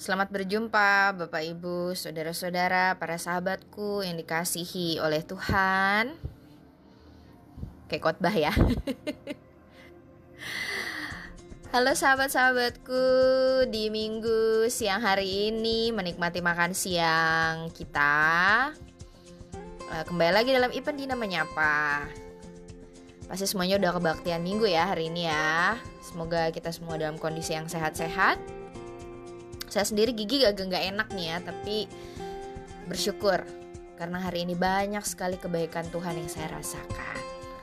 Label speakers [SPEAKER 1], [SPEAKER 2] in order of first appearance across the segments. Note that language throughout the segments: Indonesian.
[SPEAKER 1] Selamat berjumpa Bapak Ibu, Saudara-saudara, para sahabatku yang dikasihi oleh Tuhan. Kayak khotbah ya. Halo sahabat-sahabatku, di minggu siang hari ini menikmati makan siang kita. Kembali lagi dalam Ipen Dina Menyapa. Pasti semuanya udah kebaktian minggu ya hari ini ya. Semoga kita semua dalam kondisi yang sehat-sehat. Saya sendiri gigi agak gak enak nih ya, tapi bersyukur karena hari ini banyak sekali kebaikan Tuhan yang saya rasakan.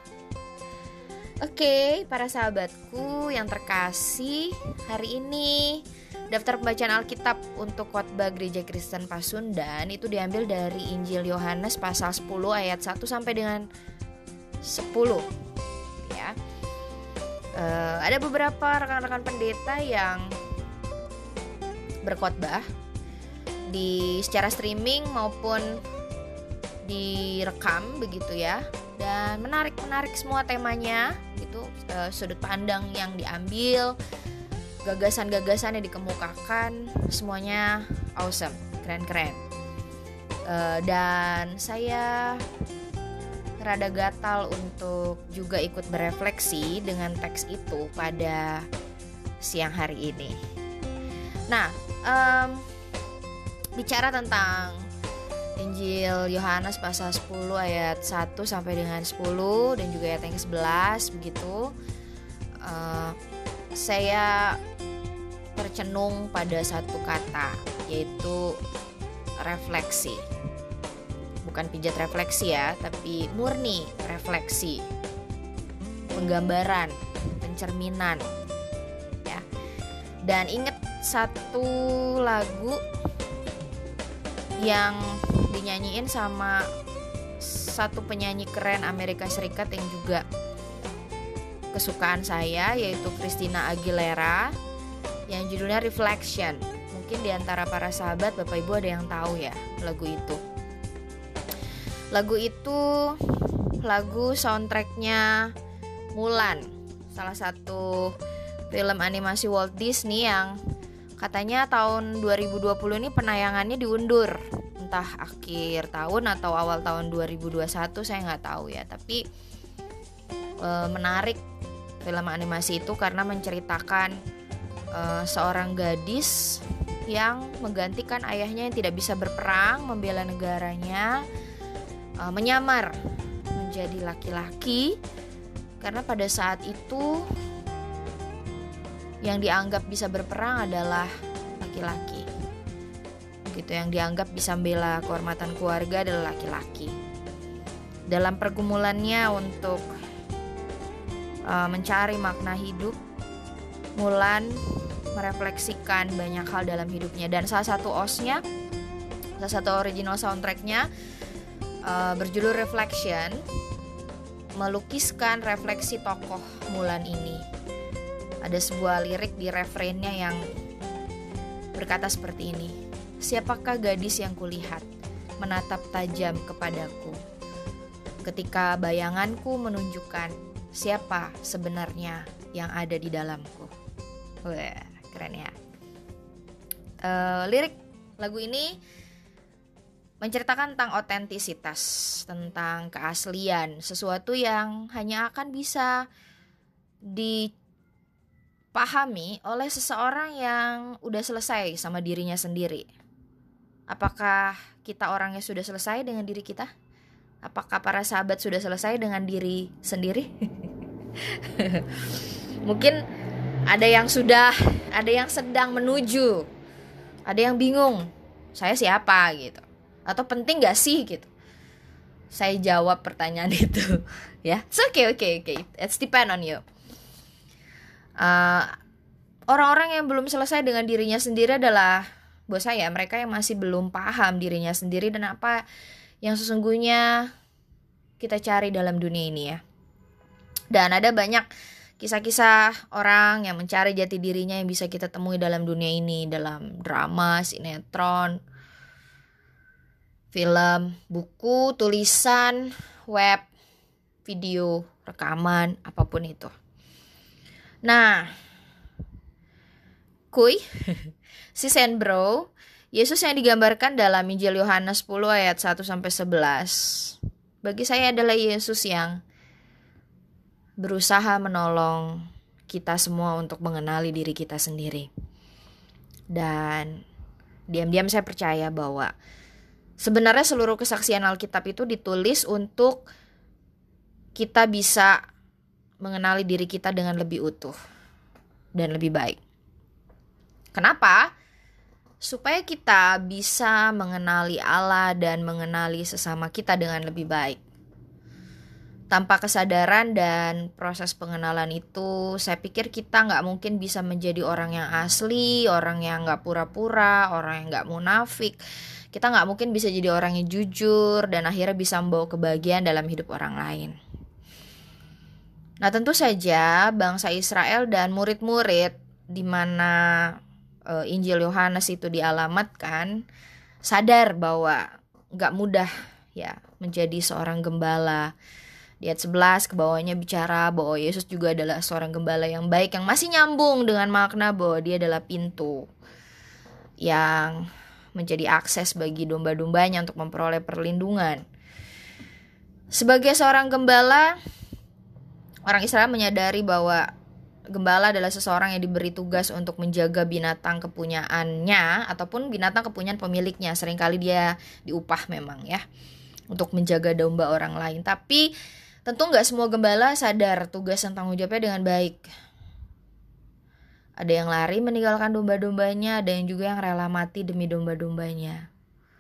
[SPEAKER 1] Oke, para sahabatku yang terkasih, hari ini daftar pembacaan Alkitab untuk khotbah Gereja Kristen Pasundan itu diambil dari Injil Yohanes pasal 10 ayat 1 sampai dengan 10 ya. Ada beberapa rekan-rekan pendeta yang berkhotbah di secara streaming maupun direkam begitu ya, dan menarik semua temanya gitu, sudut pandang yang diambil, gagasan-gagasan yang dikemukakan, semuanya awesome, keren-keren. Dan saya rada gatal untuk juga ikut berefleksi dengan teks itu pada siang hari ini. Nah, bicara tentang Injil Yohanes pasal 10 ayat 1 sampai dengan 10 dan juga ayat yang ke-11 begitu, saya tercenung pada satu kata, yaitu refleksi. Bukan pijat refleksi ya, tapi murni refleksi, penggambaran, pencerminan ya. Dan ingat satu lagu yang dinyanyiin sama satu penyanyi keren Amerika Serikat yang juga kesukaan saya, yaitu Christina Aguilera, yang judulnya Reflection. Mungkin diantara para sahabat Bapak Ibu ada yang tahu ya lagu itu. Lagu itu lagu soundtracknya Mulan, salah satu film animasi Walt Disney yang katanya tahun 2020 ini penayangannya diundur, entah akhir tahun atau awal tahun 2021, saya nggak tahu ya. Tapi menarik film animasi itu karena menceritakan seorang gadis yang menggantikan ayahnya yang tidak bisa berperang, membela negaranya, menyamar menjadi laki-laki karena pada saat itu yang dianggap bisa berperang adalah laki-laki. Gitu, yang dianggap bisa membela kehormatan keluarga adalah laki-laki. Dalam pergumulannya untuk mencari makna hidup, Mulan merefleksikan banyak hal dalam hidupnya, dan salah satu original soundtracknya berjudul Reflection, melukiskan refleksi tokoh Mulan ini. Ada sebuah lirik di refrainnya yang berkata seperti ini: siapakah gadis yang kulihat menatap tajam kepadaku, ketika bayanganku menunjukkan siapa sebenarnya yang ada di dalamku. Wah, keren ya. Lirik lagu ini menceritakan tentang otentisitas, tentang keaslian, sesuatu yang hanya akan bisa dipahami oleh seseorang yang udah selesai sama dirinya sendiri. Apakah kita orangnya sudah selesai dengan diri kita? Apakah para sahabat sudah selesai dengan diri sendiri? Mungkin ada yang sudah, ada yang sedang menuju, ada yang bingung, saya siapa gitu, atau penting gak sih gitu saya jawab pertanyaan itu ya. It's okay, it's depend on you. Orang-orang yang belum selesai dengan dirinya sendiri adalah, buat saya, mereka yang masih belum paham dirinya sendiri dan apa yang sesungguhnya kita cari dalam dunia ini ya. Dan ada banyak kisah-kisah orang yang mencari jati dirinya yang bisa kita temui dalam dunia ini, dalam drama, sinetron, film, buku, tulisan, web, video, rekaman, apapun itu. Nah, kuy, Si Sandbro, Yesus yang digambarkan dalam Injil Yohanes 10 ayat 1-11, bagi saya adalah Yesus yang berusaha menolong kita semua untuk mengenali diri kita sendiri. Dan diam-diam saya percaya bahwa sebenarnya seluruh kesaksian Alkitab itu ditulis untuk kita bisa mengenali diri kita dengan lebih utuh dan lebih baik. Kenapa? Supaya kita bisa mengenali Allah dan mengenali sesama kita dengan lebih baik. Tanpa kesadaran dan proses pengenalan itu, saya pikir kita gak mungkin bisa menjadi orang yang asli, orang yang gak pura-pura, orang yang gak munafik. Kita gak mungkin bisa jadi orang yang jujur dan akhirnya bisa membawa kebahagiaan dalam hidup orang lain. Nah, tentu saja bangsa Israel dan murid-murid di mana Injil Yohanes itu dialamatkan sadar bahwa gak mudah ya menjadi seorang gembala. Di ayat 11 ke bawahnya bicara bahwa Yesus juga adalah seorang gembala yang baik, yang masih nyambung dengan makna bahwa dia adalah pintu yang menjadi akses bagi domba-dombanya untuk memperoleh perlindungan. Sebagai seorang gembala, orang Israel menyadari bahwa gembala adalah seseorang yang diberi tugas untuk menjaga binatang kepunyaannya ataupun binatang kepunyaan pemiliknya. Seringkali dia diupah memang ya untuk menjaga domba orang lain. Tapi tentu gak semua gembala sadar tugas dan tanggung jawabnya dengan baik. Ada yang lari meninggalkan domba-dombanya, ada yang juga yang rela mati demi domba-dombanya.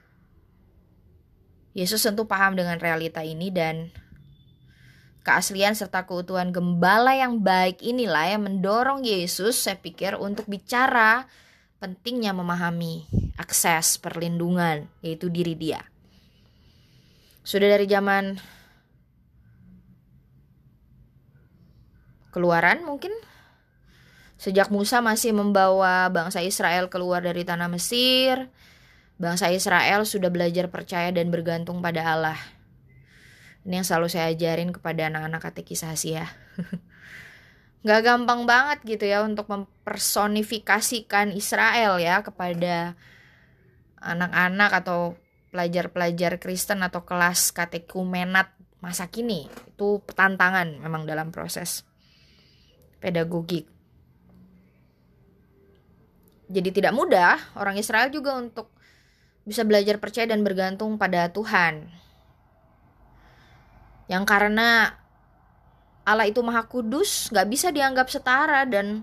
[SPEAKER 1] Yesus tentu paham dengan realita ini dan keaslian serta keutuhan gembala yang baik inilah yang mendorong Yesus, saya pikir, untuk bicara pentingnya memahami akses perlindungan, yaitu diri dia. Sudah dari zaman Keluaran mungkin, sejak Musa masih membawa bangsa Israel keluar dari tanah Mesir, bangsa Israel sudah belajar percaya dan bergantung pada Allah. Ini yang selalu saya ajarin kepada anak-anak katekisasi ya. Gak gampang banget gitu ya untuk mempersonifikasikan Israel ya kepada anak-anak atau pelajar-pelajar Kristen atau kelas katekumenat masa kini. Itu tantangan memang dalam proses pedagogik. Jadi tidak mudah orang Israel juga untuk bisa belajar percaya dan bergantung pada Tuhan. Yang karena Allah itu maha kudus, gak bisa dianggap setara dan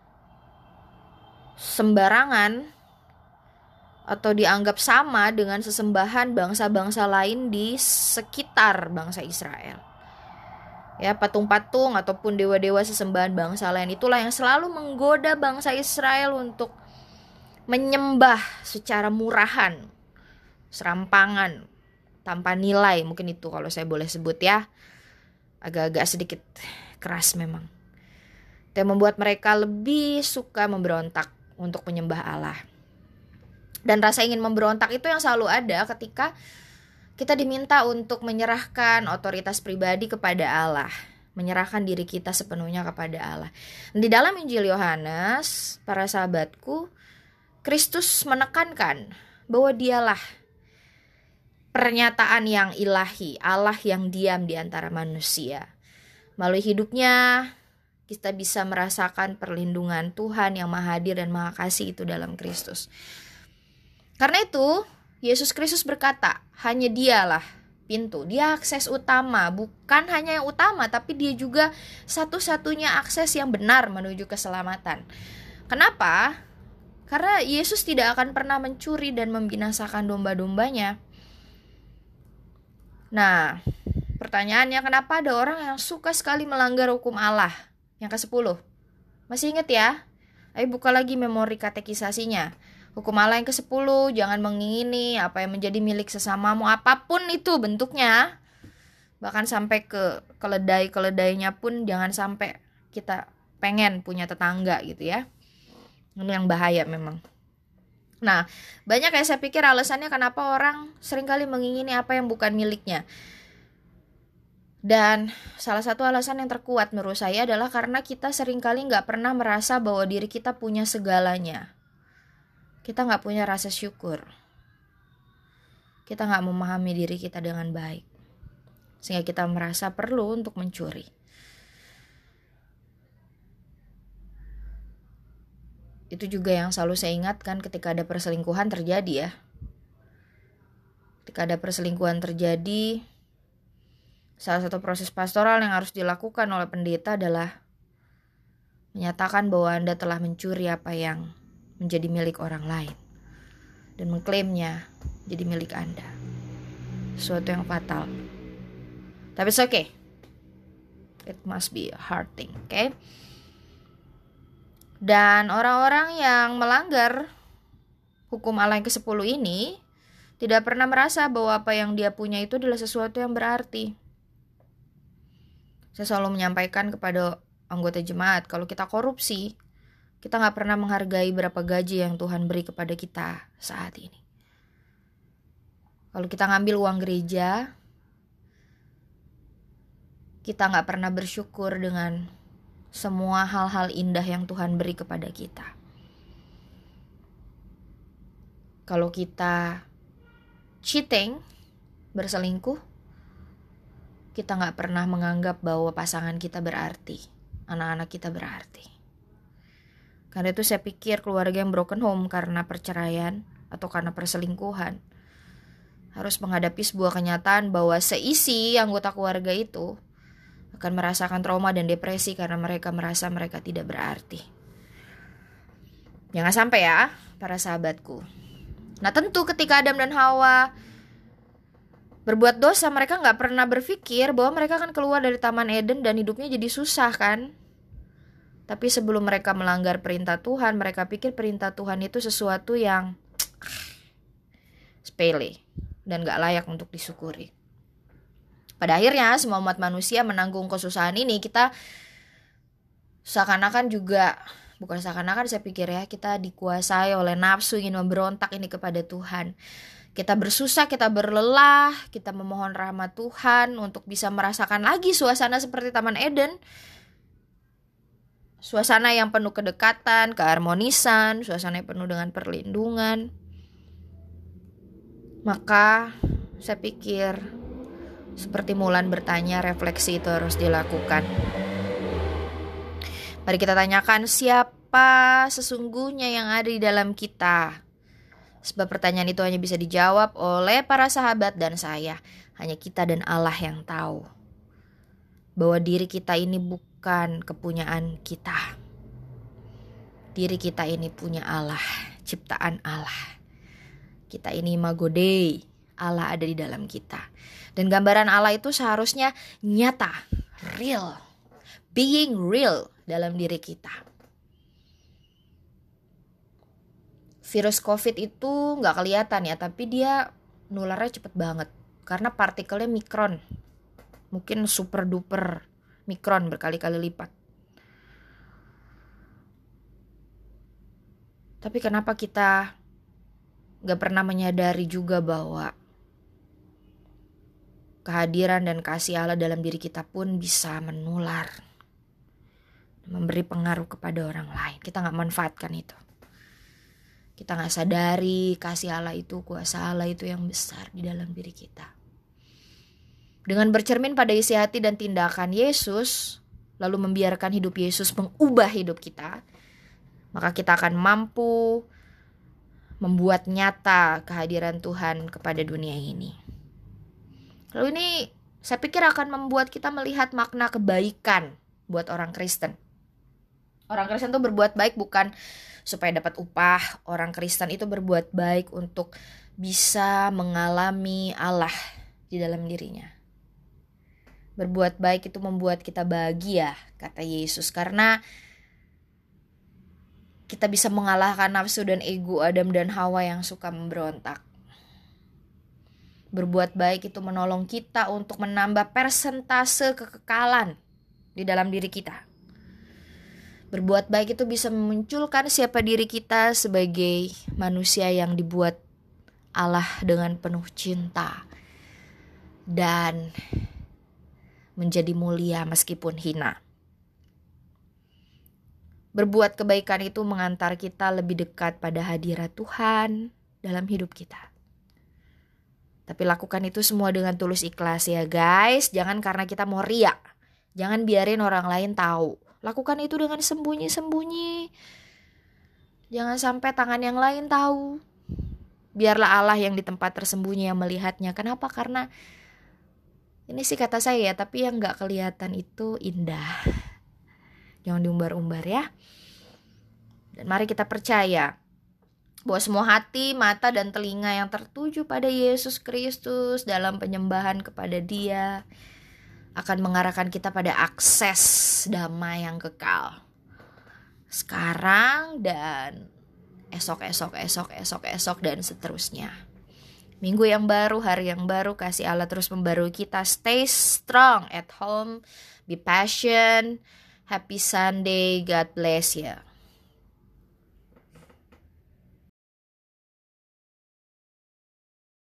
[SPEAKER 1] sembarangan atau dianggap sama dengan sesembahan bangsa-bangsa lain di sekitar bangsa Israel. Ya, patung-patung ataupun dewa-dewa sesembahan bangsa lain itulah yang selalu menggoda bangsa Israel untuk menyembah secara murahan, serampangan, tanpa nilai, mungkin itu kalau saya boleh sebut ya. Agak-agak sedikit keras memang. Itu yang membuat mereka lebih suka memberontak untuk menyembah Allah. Dan rasa ingin memberontak itu yang selalu ada ketika kita diminta untuk menyerahkan otoritas pribadi kepada Allah, menyerahkan diri kita sepenuhnya kepada Allah. Di dalam Injil Yohanes, para sahabatku, Kristus menekankan bahwa dialah pernyataan yang ilahi, Allah yang diam di antara manusia. Melalui hidupnya, kita bisa merasakan perlindungan Tuhan yang maha hadir dan maha kasih itu dalam Kristus. Karena itu, Yesus Kristus berkata, hanya dialah pintu. Dia akses utama, bukan hanya yang utama, tapi dia juga satu-satunya akses yang benar menuju keselamatan. Kenapa? Karena Yesus tidak akan pernah mencuri dan membinasakan domba-dombanya. Nah, pertanyaannya, kenapa ada orang yang suka sekali melanggar hukum Allah? Yang ke-10. Masih ingat ya? Ayo buka lagi memori katekisasinya. Hukum Allah yang ke-10, jangan mengingini apa yang menjadi milik sesamamu, apapun itu bentuknya. Bahkan sampai ke keledai-keledainya pun jangan sampai kita pengen punya tetangga gitu ya. Ini yang bahaya memang. Nah, banyak ya saya pikir alasannya kenapa orang seringkali mengingini apa yang bukan miliknya. Dan salah satu alasan yang terkuat menurut saya adalah karena kita seringkali gak pernah merasa bahwa diri kita punya segalanya. kita nggak punya rasa syukur. Kita nggak memahami diri kita dengan baik. Sehingga kita merasa perlu untuk mencuri. Itu juga yang selalu saya ingatkan ketika ada perselingkuhan terjadi ya. Ketika ada perselingkuhan terjadi, salah satu proses pastoral yang harus dilakukan oleh pendeta adalah menyatakan bahwa Anda telah mencuri apa yang menjadi milik orang lain dan mengklaimnya jadi milik Anda. Sesuatu yang fatal. Tapi it's okay. It must be a hard thing, okay? Dan orang-orang yang melanggar hukum Allah yang ke-10 ini tidak pernah merasa bahwa apa yang dia punya itu adalah sesuatu yang berarti. Saya selalu menyampaikan kepada anggota jemaat, kalau kita korupsi, kita gak pernah menghargai berapa gaji yang Tuhan beri kepada kita saat ini. Kalau kita ngambil uang gereja, kita gak pernah bersyukur dengan semua hal-hal indah yang Tuhan beri kepada kita. Kalau kita cheating, berselingkuh, kita gak pernah menganggap bahwa pasangan kita berarti, anak-anak kita berarti. Karena itu saya pikir keluarga yang broken home karena perceraian atau karena perselingkuhan harus menghadapi sebuah kenyataan bahwa seisi anggota keluarga itu akan merasakan trauma dan depresi karena mereka merasa mereka tidak berarti. Jangan sampai ya, para sahabatku. Nah tentu ketika Adam dan Hawa berbuat dosa, mereka gak pernah berpikir bahwa mereka akan keluar dari Taman Eden dan hidupnya jadi susah kan. Tapi sebelum mereka melanggar perintah Tuhan, mereka pikir perintah Tuhan itu sesuatu yang sepele dan gak layak untuk disyukuri. Pada akhirnya semua umat manusia menanggung kesusahan ini. Kita seakan-akan juga, bukan seakan-akan saya pikir ya, kita dikuasai oleh nafsu ingin memberontak ini kepada Tuhan. Kita bersusah, kita berlelah, kita memohon rahmat Tuhan untuk bisa merasakan lagi suasana seperti Taman Eden. Suasana yang penuh kedekatan, keharmonisan, suasana yang penuh dengan perlindungan. Maka saya pikir seperti Mulan bertanya, refleksi itu harus dilakukan. Mari kita tanyakan siapa sesungguhnya yang ada di dalam kita. Sebab pertanyaan itu hanya bisa dijawab oleh para sahabat dan saya. Hanya kita dan Allah yang tahu bahwa diri kita ini bukan kepunyaan kita. Diri kita ini punya Allah, ciptaan Allah. Kita ini imago Dei, Allah ada di dalam kita. Dan gambaran Allah itu seharusnya nyata, real, being real dalam diri kita. Virus COVID itu gak kelihatan ya, tapi dia nularnya cepet banget. Karena partikelnya mikron, mungkin super duper mikron berkali-kali lipat. Tapi kenapa kita gak pernah menyadari juga bahwa kehadiran dan kasih Allah dalam diri kita pun bisa menular, memberi pengaruh kepada orang lain. Kita gak manfaatkan itu. Kita gak sadari kasih Allah itu, kuasa Allah itu yang besar di dalam diri kita. Dengan bercermin pada isi hati dan tindakan Yesus, lalu membiarkan hidup Yesus mengubah hidup kita, maka kita akan mampu membuat nyata kehadiran Tuhan kepada dunia ini. Lalu ini saya pikir akan membuat kita melihat makna kebaikan buat orang Kristen. Orang Kristen itu berbuat baik bukan supaya dapat upah. Orang Kristen itu berbuat baik untuk bisa mengalami Allah di dalam dirinya. Berbuat baik itu membuat kita bahagia, kata Yesus. Karena kita bisa mengalahkan nafsu dan ego Adam dan Hawa yang suka memberontak. Berbuat baik itu menolong kita untuk menambah persentase kekekalan di dalam diri kita. Berbuat baik itu bisa memunculkan siapa diri kita sebagai manusia yang dibuat Allah dengan penuh cinta dan menjadi mulia meskipun hina. Berbuat kebaikan itu mengantar kita lebih dekat pada hadirat Tuhan dalam hidup kita. Tapi lakukan itu semua dengan tulus ikhlas ya guys. Jangan karena kita mau riak. Jangan biarin orang lain tahu. Lakukan itu dengan sembunyi-sembunyi. Jangan sampai tangan yang lain tahu. Biarlah Allah yang di tempat tersembunyi yang melihatnya. Kenapa? Karena ini sih kata saya ya, tapi yang gak kelihatan itu indah. Jangan diumbar-umbar ya. Dan mari kita percaya bahwa semua hati, mata, dan telinga yang tertuju pada Yesus Kristus dalam penyembahan kepada Dia akan mengarahkan kita pada akses damai yang kekal. Sekarang dan esok dan seterusnya. Minggu yang baru, hari yang baru, kasih Allah terus membarui kita. Stay strong at home, be passion. Happy Sunday, God bless you.